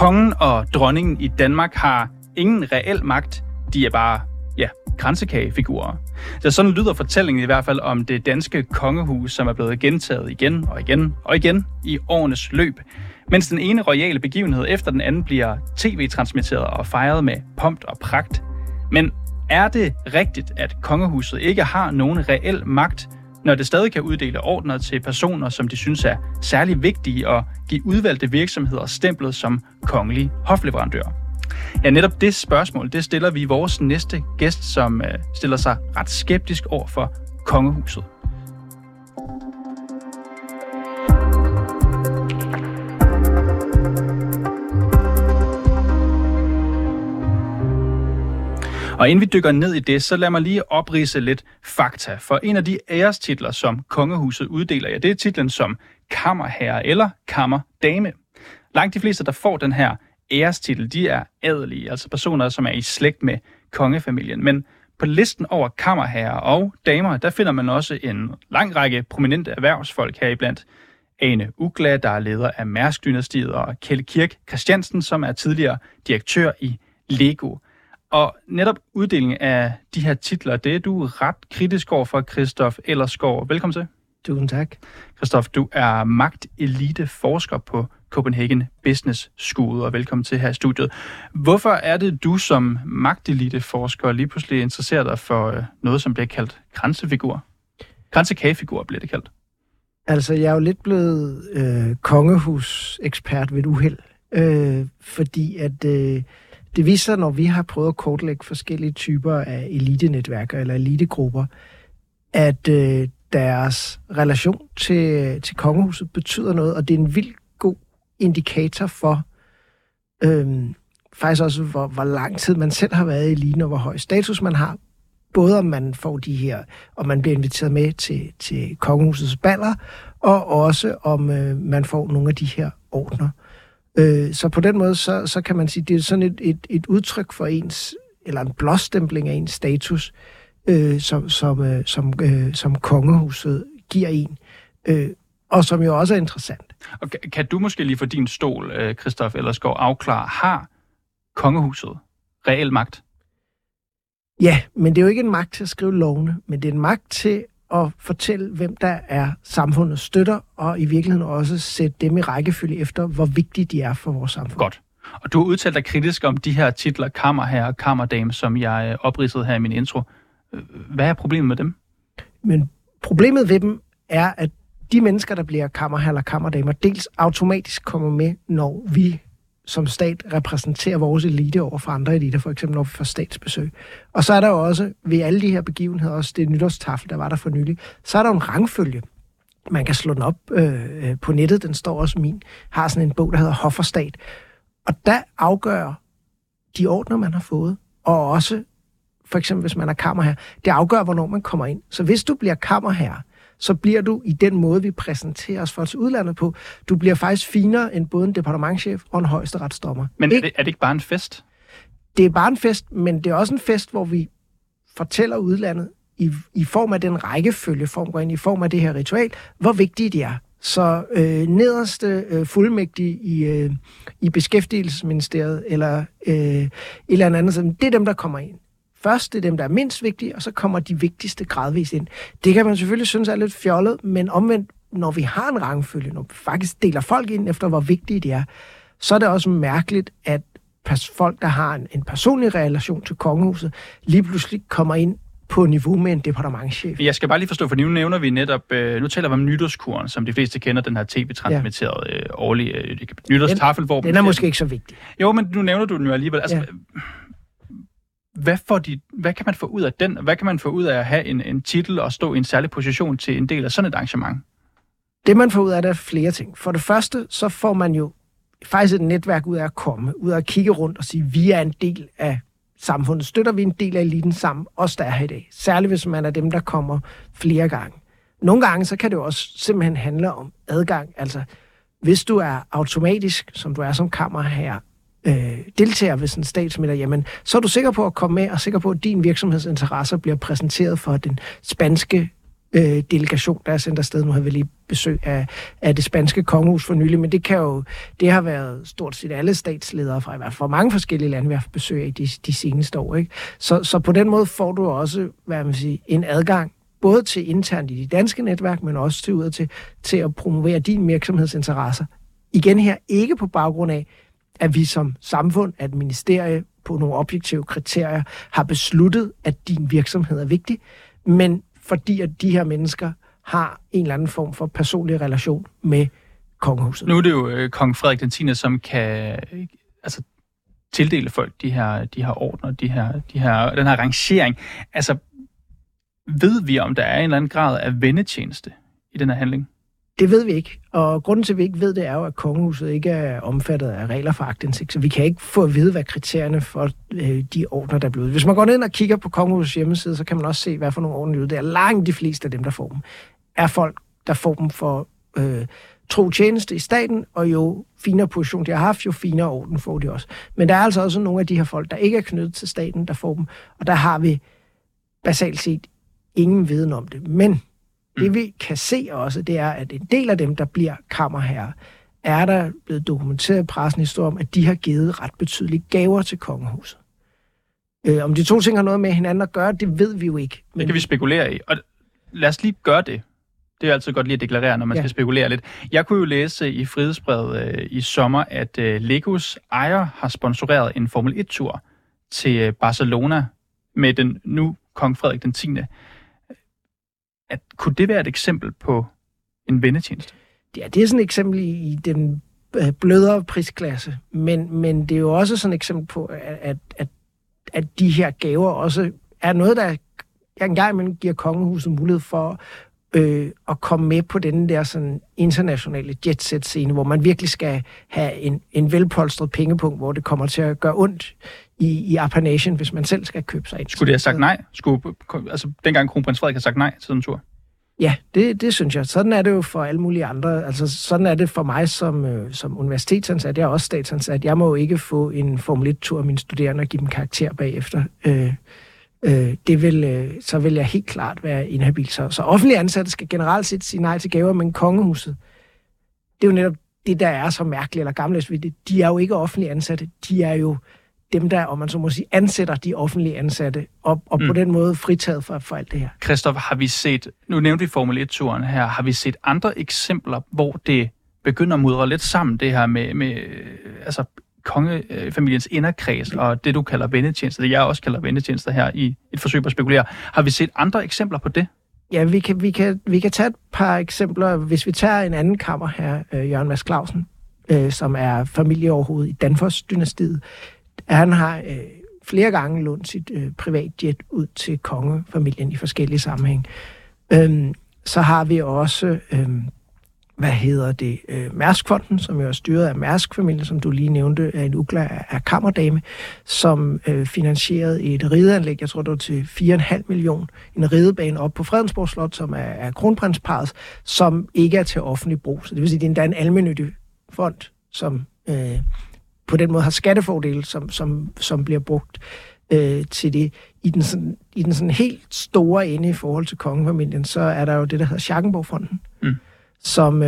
Kongen og dronningen i Danmark har ingen reel magt. De er bare, kransekagefigurer. Så sådan lyder fortællingen i hvert fald om det danske kongehus, som er blevet gentaget igen og igen og igen i årenes løb. Mens den ene royale begivenhed efter den anden bliver tv-transmitteret og fejret med pomp og pragt. Men er det rigtigt, at kongehuset ikke har nogen reel magt, når det stadig kan uddele ordner til personer, som de synes er særlig vigtige, og give udvalgte virksomheder stemplet som kongelig hofleverandør? Ja, netop det spørgsmål, det stiller vi vores næste gæst, som stiller sig ret skeptisk over for kongehuset. Og inden vi dykker ned i det, så lad mig lige opridse lidt fakta. For en af de ærestitler, som kongehuset uddeler, det er titlen som kammerherre eller kammerdame. Langt de fleste, der får den her ærestitel, de er adelige, altså personer, som er i slægt med kongefamilien. Men på listen over kammerherrer og damer, der finder man også en lang række prominente erhvervsfolk heriblandt. Ane Ugla, der er leder af Mærsk-dynastiet, og Kjeld Kirk Christiansen, som er tidligere direktør i Lego. Og netop uddelingen af de her titler, det er du ret kritisk over for, Christoph Ellersgaard. Velkommen til. Tusind tak. Christoph, du er magtelite-forsker på Copenhagen Business School, og velkommen til her i studiet. Hvorfor er det, du som magtelite-forsker lige pludselig interesserer dig for noget, som bliver kaldt kransefigur? Kransekagefigurer bliver det kaldt. Altså, jeg er jo lidt blevet kongehusekspert ved et uheld, fordi at det viser sig, når vi har prøvet at kortlægge forskellige typer af elitenetværker eller elitegrupper, at deres relation til kongehuset betyder noget, og det er en vildt god indikator for faktisk også, hvor lang tid man selv har været i eliten, og hvor høj status man har. Både om man får de her, om man bliver inviteret med til kongehusets baller, og også om man får nogle af de her ordner. Så på den måde, så kan man sige, det er sådan et udtryk for ens, eller en blåstempling af ens status, som kongehuset giver en, og som jo også er interessant. Og kan du måske lige for din stol, Christoph Ellersgaard, afklare, har kongehuset reel magt? Ja, men det er jo ikke en magt til at skrive lovene, men det er en magt til at fortælle, hvem der er samfundets støtter, og i virkeligheden også sætte dem i rækkefølge efter, hvor vigtige de er for vores samfund. Godt. Og du har udtalt dig kritisk om de her titler, kammerherre og kammerdame, som jeg opridsede her i min intro. Hvad er problemet med dem? Men problemet ved dem er, at de mennesker, der bliver kammerherre eller kammerdamer, dels automatisk kommer med, når vi som stat repræsenterer vores elite over for andre eliter, for eksempel når vi får statsbesøg. Og så er der jo også, ved alle de her begivenheder, også det nytårstafel, der var der for nylig, så er der en rangfølge. Man kan slå den op på nettet, den står også har sådan en bog, der hedder Hof og Stat. Og der afgør de ordner, man har fået, og også, for eksempel hvis man er kammerherre, det afgør, hvornår man kommer ind. Så hvis du bliver kammerherre, så bliver du i den måde, vi præsenterer os for til udlandet på. Du bliver faktisk finere end både en departementschef og en højesteretsdommer. Men er det ikke bare en fest? Det er bare en fest, men det er også en fest, hvor vi fortæller udlandet i form af den rækkefølgeform, i form af det her ritual, hvor vigtige de er. Så nederste fuldmægtige i Beskæftigelsesministeriet eller et eller andet, det er dem, der kommer ind. Først det er dem, der er mindst vigtige, og så kommer de vigtigste gradvist ind. Det kan man selvfølgelig synes er lidt fjollet, men omvendt, når vi har en rangfølge, når vi faktisk deler folk ind efter, hvor vigtige de er, så er det også mærkeligt, at folk, der har en personlig relation til kongehuset, lige pludselig kommer ind på niveau med en departementschef. Jeg skal bare lige forstå, for nu nævner vi netop, nu taler vi om nytårskuren, som de fleste kender, den her tv-transmitterede årlige nytårstafel, hvor... Den er måske ikke så vigtig. Jo, men nu nævner du den jo alligevel. Altså, hvad kan man få ud af den? Hvad kan man få ud af at have en titel og stå i en særlig position til en del af sådan et arrangement? Det, man får ud af det, er flere ting. For det første, så får man jo faktisk et netværk ud af at komme, ud af at kigge rundt og sige, vi er en del af samfundet. Støtter vi en del af eliten sammen, også der er her i dag. Særligt hvis man er dem, der kommer flere gange. Nogle gange, så kan det jo også simpelthen handle om adgang. Altså, hvis du er automatisk, som du er som kammerherre, deltager ved sådan en statsmiddag, jamen, så er du sikker på at komme med, og sikker på, at din virksomhedsinteresser bliver præsenteret for den spanske delegation, der er sendt afsted. Nu har vi lige besøg af det spanske kongehus for nylig, men det har været stort set alle statsledere fra i hvert fald mange forskellige lande, vi har haft besøg af de seneste år. Ikke? Så på den måde får du også, hvad man siger, en adgang både til internt i de danske netværk, men også til udad til at promovere din virksomhedsinteresser. Igen her, ikke på baggrund af, at vi som samfund, at ministerie på nogle objektive kriterier har besluttet, at din virksomhed er vigtig, men fordi at de her mennesker har en eller anden form for personlig relation med kongehuset. Nu er det jo kong Frederik den 10., som kan tildele folk de her ordner, den her rangering. Altså, ved vi, om der er en eller anden grad af vennetjeneste i den her handling? Det ved vi ikke, og grunden til, at vi ikke ved det, er jo, at kongehuset ikke er omfattet af regler for aktindsigt, så vi kan ikke få at vide, hvad kriterierne for de ordner, der er blevet. Hvis man går ned og kigger på kongehusets hjemmeside, så kan man også se, hvad for nogle ordner det er. Langt de fleste af dem, der får dem, er folk, der får dem for tro tjeneste i staten, og jo finere position de har haft, jo finere orden får de også. Men der er altså også nogle af de her folk, der ikke er knyttet til staten, der får dem, og der har vi basalt set ingen viden om det. Men det vi kan se også, det er, at en del af dem, der bliver kammerherrer, er der blevet dokumenteret i pressen historie om, at de har givet ret betydelige gaver til kongehuset. Om de to ting har noget med hinanden at gøre, det ved vi jo ikke. Men det kan vi spekulere i, og lad os lige gøre det. Det er altid godt lige at deklarere, når man skal spekulere lidt. Jeg kunne jo læse i Frihedsbrevet i sommer, at Legos ejer har sponsoreret en Formel 1-tur til Barcelona med den nu kong Frederik den 10. Kunne det være et eksempel på en vennetjeneste? Ja, det er sådan et eksempel i den blødere prisklasse, men det er jo også sådan et eksempel på, at de her gaver også er noget, der engang imellem giver kongehuset mulighed for at komme med på den der sådan internationale jetset-scene, hvor man virkelig skal have en velpolstret pengepunkt, hvor det kommer til at gøre ondt i apanagen, hvis man selv skal købe sig ind. Skulle det have sagt nej? Dengang kronprins Frederik har sagt nej til sådan en tur? Ja, det synes jeg. Sådan er det jo for alle mulige andre. Altså, sådan er det for mig som universitetsansat. Jeg er også statsansat. Jeg må jo ikke få en Formel 1-tur af mine studerende og give dem karakter bagefter. Så vil jeg helt klart være inhabil. Så offentlige ansatte skal generelt set sige nej til gaver, men kongehuset, det er jo netop det, der er så mærkeligt eller gammeldags ved det. De er jo ikke offentlige ansatte. De er jo dem, der, om man så må sige, ansætter de offentlige ansatte, og på den måde fritaget for alt det her. Christoph, har vi set, nu nævnte vi Formel 1-turen her, har vi set andre eksempler, hvor det begynder at mudre lidt sammen, det her med kongefamiliens inderkreds, og det du kalder vennetjenester, det jeg også kalder vennetjenester her i et forsøg på at spekulere. Har vi set andre eksempler på det? Ja, vi kan tage et par eksempler. Hvis vi tager en anden kammer her, Jørgen Mads Clausen, som er familieoverhoved i Danfoss-dynastiet, han har flere gange lånt sit privatjet ud til kongefamilien i forskellige sammenhæng. Så har vi også, Mærskfonden, som jo er styret af Mærsk-familien, som du lige nævnte, af en Ugla af kammerdame, som finansierede et rideanlæg, jeg tror det var til 4,5 millioner, en ridebane op på Fredensborg Slot, som er kronprinsparrets, som ikke er til offentlig brug. Så det vil sige, det er en almennyttig fond, som på den måde har skattefordele, som bliver brugt til det. I den sådan helt store ende i forhold til kongefamilien, så er der jo det, der hedder Schackenborg-fonden, som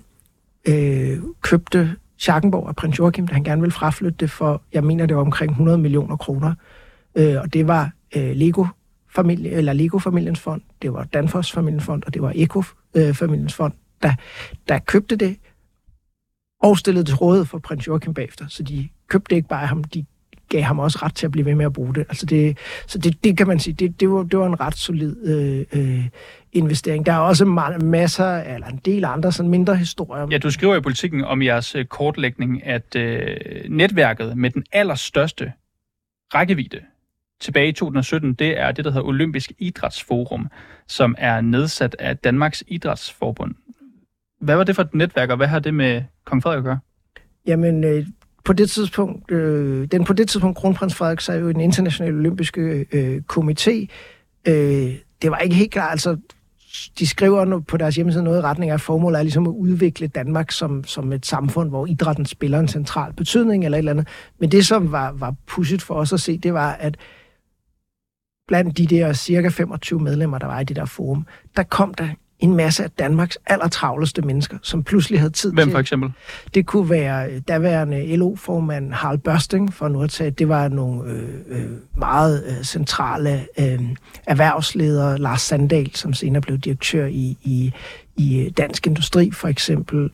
købte Schackenborg af prins Joachim, da han gerne ville fraflytte det for, jeg mener, det var omkring 100 millioner kroner. Og det var Lego-familiens fond, det var Danfoss-familiens fond, og det var Eko-familiens fond, der købte det, og stillede til rådighed for prins Joachim bagefter. Så de købte ikke bare ham, de gav ham også ret til at blive ved med at bruge det. Altså det kan man sige, det var en ret solid investering. Der er også masser, eller en del andre sådan mindre historier. Ja, du skriver i Politikken om jeres kortlægning, at netværket med den allerstørste rækkevidde tilbage i 2017, det er det, der hedder Olympisk Idrætsforum, som er nedsat af Danmarks Idrætsforbund. Hvad var det for et netværk, og hvad har det med kong Frederik at gøre? Jamen, på det tidspunkt kronprins Frederik så er jo en international olympiske komité. Det var ikke helt klart, altså de skriver på deres hjemmeside noget i retning af formålet er ligesom at udvikle Danmark som et samfund, hvor idrætten spiller en central betydning eller et eller andet. Men det, som var pudsigt for os at se, det var, at blandt de der cirka 25 medlemmer, der var i det der forum, der kom der en masse af Danmarks allertravleste mennesker, som pludselig havde tid til... Hvem for eksempel? Det kunne være daværende LO-formand Harald Børsting, for nu at tage. Det var nogle meget centrale erhvervsledere. Lars Sandahl, som senere blev direktør i Dansk Industri, for eksempel.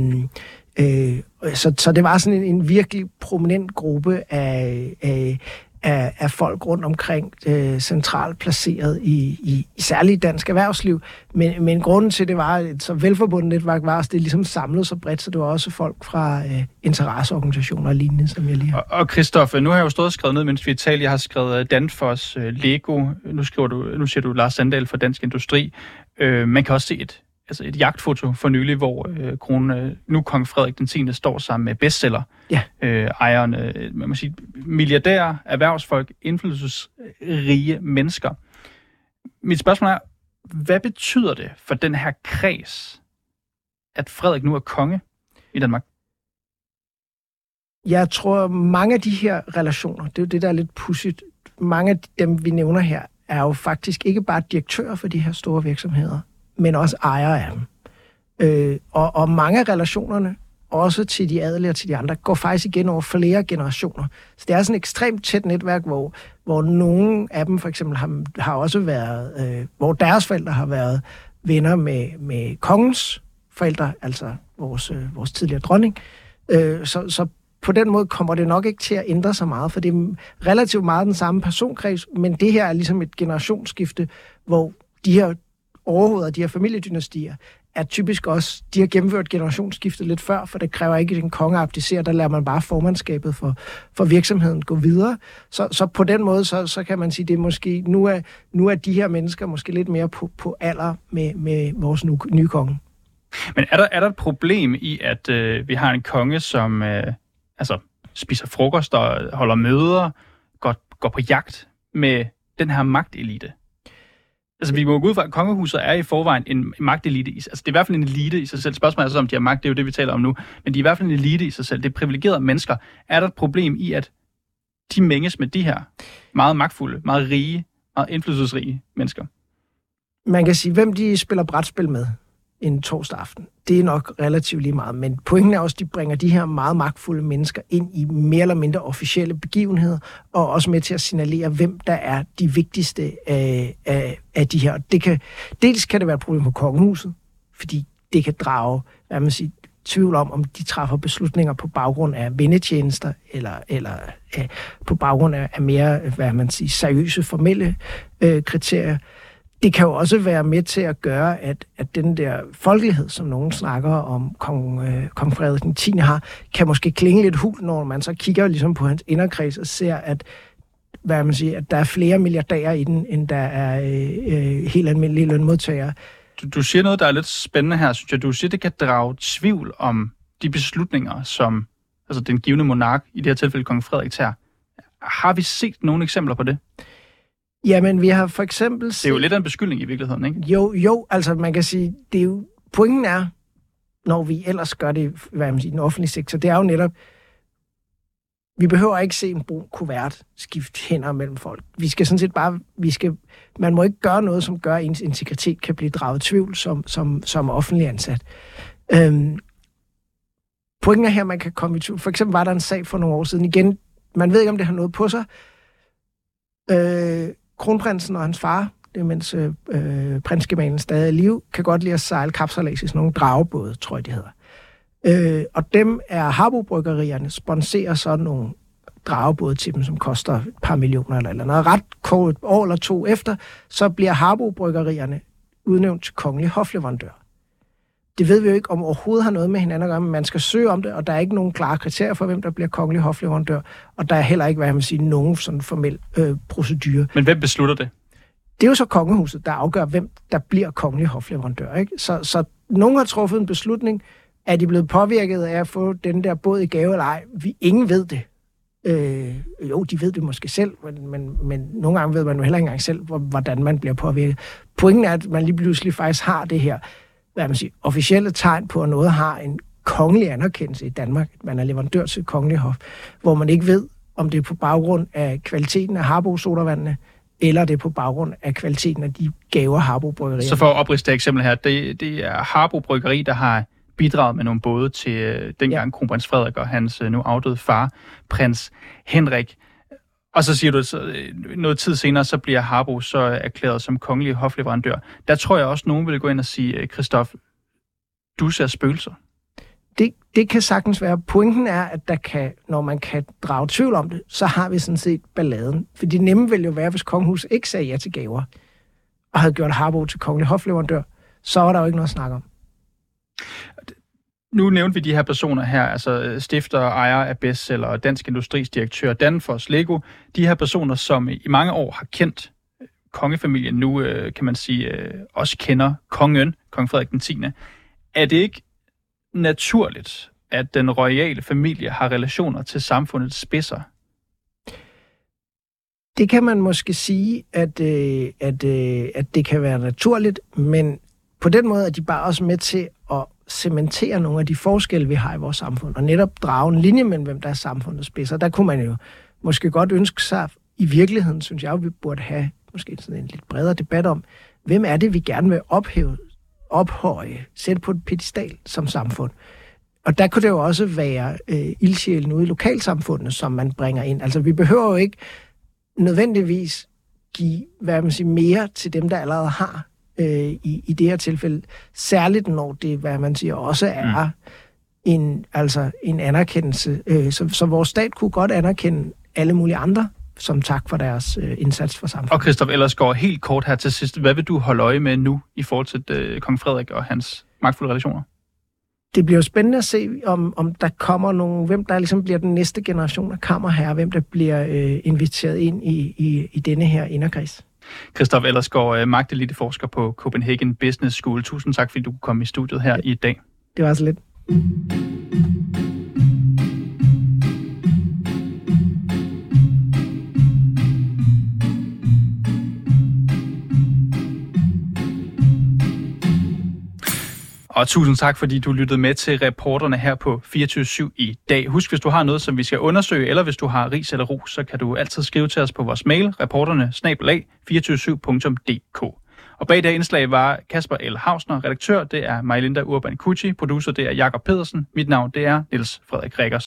Så det var sådan en virkelig prominent gruppe af folk rundt omkring centralt placeret i særligt dansk erhvervsliv. Men grunden til, det var et så velforbundet netværk, var også, det ligesom samlet så bredt, så det var også folk fra interesseorganisationer og lignende, som jeg lige har. Og Christoph, nu har jeg jo stået og skrevet ned, mens vi talte. Jeg har skrevet Danfoss, Lego, nu siger du Lars Sandahl fra Dansk Industri. Man kan også se et jagtfoto for nylig, hvor nu kong Frederik den 10. står sammen med bestseller. Ja. Ejerne, man må sige, milliardærer, erhvervsfolk, indflydelsesrige mennesker. Mit spørgsmål er, hvad betyder det for den her kreds, at Frederik nu er konge i Danmark? Jeg tror, mange af de her relationer, det er jo det, der er lidt pudsigt. Mange af dem, vi nævner her, er jo faktisk ikke bare direktører for de her store virksomheder, men også ejere af dem. Og mange af relationerne, også til de adelige og til de andre, går faktisk igen over flere generationer. Så det er sådan et ekstremt tæt netværk, hvor nogle af dem for eksempel har også været, hvor deres forældre har været venner med kongens forældre, altså vores tidligere dronning. Så på den måde kommer det nok ikke til at ændre sig meget, for det er relativt meget den samme personkreds, men det her er ligesom et generationsskifte, hvor de her overhoveder, de her familiedynastier, er typisk også, de har gennemført generationsskiftet lidt før, for det kræver ikke en konge abdicerer, der lader man bare formandskabet for virksomheden gå videre. Så på den måde, så kan man sige, det er måske, nu er de her mennesker måske lidt mere på alder med vores nye konge. Men er der et problem i, at vi har en konge, som spiser frokost og holder møder, går på jagt med den her magtelite? Altså, vi må gå ud fra, at kongehuset er i forvejen en magtelite. Altså, det er i hvert fald en elite i sig selv. Spørgsmålet er så, om de har magt, det er jo det, vi taler om nu. Men de er i hvert fald en elite i sig selv. Det er privilegerede mennesker. Er der et problem i, at de mænges med de her meget magtfulde, meget rige, meget indflydelsesrige mennesker? Man kan sige, hvem de spiller brætspil med en torsdag aften. Det er nok relativt lige meget. Men pointen er også, at de bringer de her meget magtfulde mennesker ind i mere eller mindre officielle begivenheder, og også med til at signalere, hvem der er de vigtigste af de her. Dels kan det være et problem på kongehuset, fordi det kan drage, tvivl om de træffer beslutninger på baggrund af vennetjenester, eller på baggrund af mere, seriøse formelle kriterier. Det kan jo også være med til at gøre, at den der folkelighed, som nogen snakker om kong Frederik den 10. har, kan måske klinge lidt hul, når man så kigger ligesom på hans inderkreds og ser, at der er flere milliardærer i den, end der er helt almindelige lønmodtagere. Du siger noget, der er lidt spændende her, synes jeg. Du siger, det kan drage tvivl om de beslutninger, som den givne monark, i det her tilfælde kong Frederik, tager. Har vi set nogle eksempler på det? Jamen, vi har for eksempel... Det er jo lidt af en beskyldning i virkeligheden, ikke? Jo, altså man kan sige, det er jo... Pointen er, når vi ellers gør det i den offentlige sektor, det er jo netop, vi behøver ikke se en brun kuvert skifte hænder mellem folk. Vi skal sådan set bare... Man må ikke gøre noget, som gør, at ens integritet kan blive draget tvivl som offentlig ansat. Pointen er her, man kan komme i tvivl. For eksempel var der en sag for nogle år siden. Igen, man ved ikke, om det har noget på sig. Kronprinsen og hans far, det mens prinsgemalen stadig er i live, kan godt lide at sejle kapsejlads i sådan nogle dragebåde, tror jeg, de hedder. Og dem er Harbo-bryggerierne, sponsorer sådan nogle dragebåde til dem, som koster et par millioner eller noget. Ret kort år eller to efter, så bliver Harbo-bryggerierne udnævnt til kongelig hofleverandør. Det ved vi jo ikke, om overhovedet har noget med hinanden at gøre, men man skal søge om det, og der er ikke nogen klare kriterier for, hvem der bliver kongelig hofleverandør, og der er heller ikke, nogen sådan formel procedure. Men hvem beslutter det? Det er jo så kongehuset, der afgør, hvem der bliver kongelig hofleverandør, ikke? Så nogen har truffet en beslutning, er de blevet påvirket af at få den der båd i gave eller ej? Ingen ved det. Jo, de ved det måske selv, men nogle gange ved man jo heller ikke engang selv, hvordan man bliver påvirket. Pointen er, at man lige pludselig faktisk har det her officielle tegn på, at noget har en kongelig anerkendelse i Danmark. Man er leverandør til kongelig hof, hvor man ikke ved, om det er på baggrund af kvaliteten af Harbo-sodavandene, eller det er på baggrund af kvaliteten af de gaver, Harbo Bryggeri. Så for at opriste det eksempel her, det er Harbo Bryggeri, der har bidraget med nogle både til dengang kronprins Frederik og hans nu afdøde far, prins Henrik. Og så siger du, at noget tid senere, så bliver Harbo så erklæret som kongelig hofleverandør. Der tror jeg også, nogen vil gå ind og sige, Christoph, du ser spøgelser. Det kan sagtens være. Pointen er, at når man kan drage tvivl om det, så har vi sådan set balladen. For det nemme ville jo være, hvis kongehuset ikke sagde ja til gaver, og havde gjort Harbo til kongelig hofleverandør, så var der jo ikke noget at snakke om. Nu nævnte vi de her personer her, altså stifter og ejer af Bestseller og Dansk Industris direktør Danfoss Lego. De her personer, som i mange år har kendt kongefamilien, nu kan man sige også kender kongen, kong Frederik den 10. Er det ikke naturligt, at den royale familie har relationer til samfundets spidser? Det kan man måske sige, at det kan være naturligt, men på den måde er de bare også med til at cementere nogle af de forskelle, vi har i vores samfund, og netop drage en linje mellem, hvem der er samfundets spidser. Der kunne man jo måske godt ønske sig, i virkeligheden, synes jeg, vi burde have måske sådan en lidt bredere debat om, hvem er det, vi gerne vil ophøje, sætte på et pedestal som samfund. Og der kunne det jo også være ildsjælen ude i lokalsamfundet, som man bringer ind. Altså, vi behøver jo ikke nødvendigvis give, mere til dem, der allerede har i det her tilfælde. Særligt når det, også er en anerkendelse. Så vores stat kunne godt anerkende alle mulige andre, som tak for deres indsats for samfundet. Og Christoph Ellersgaard, helt kort her til sidst. Hvad vil du holde øje med nu i forhold til kong Frederik og hans magtfulde relationer? Det bliver jo spændende at se, om der kommer nogen, hvem der ligesom bliver den næste generation af kammerherrer, hvem der bliver inviteret ind i denne her inderkreds. Christoph Ellersgaard, magteliteforsker på Copenhagen Business School. Tusind tak, fordi du kunne komme i studiet her i dag. Det var så lidt. Og tusind tak, fordi du lyttede med til reporterne her på 24/7 i dag. Husk, hvis du har noget, som vi skal undersøge, eller hvis du har ris eller ros, så kan du altid skrive til os på vores mail, reporterne@247.dk. Og bag det indslag var Kasper L. Hausner, redaktør, det er Majlinda Urban Kucci, producer, det er Jakob Pedersen, mit navn det er Niels Frederik Rikkers.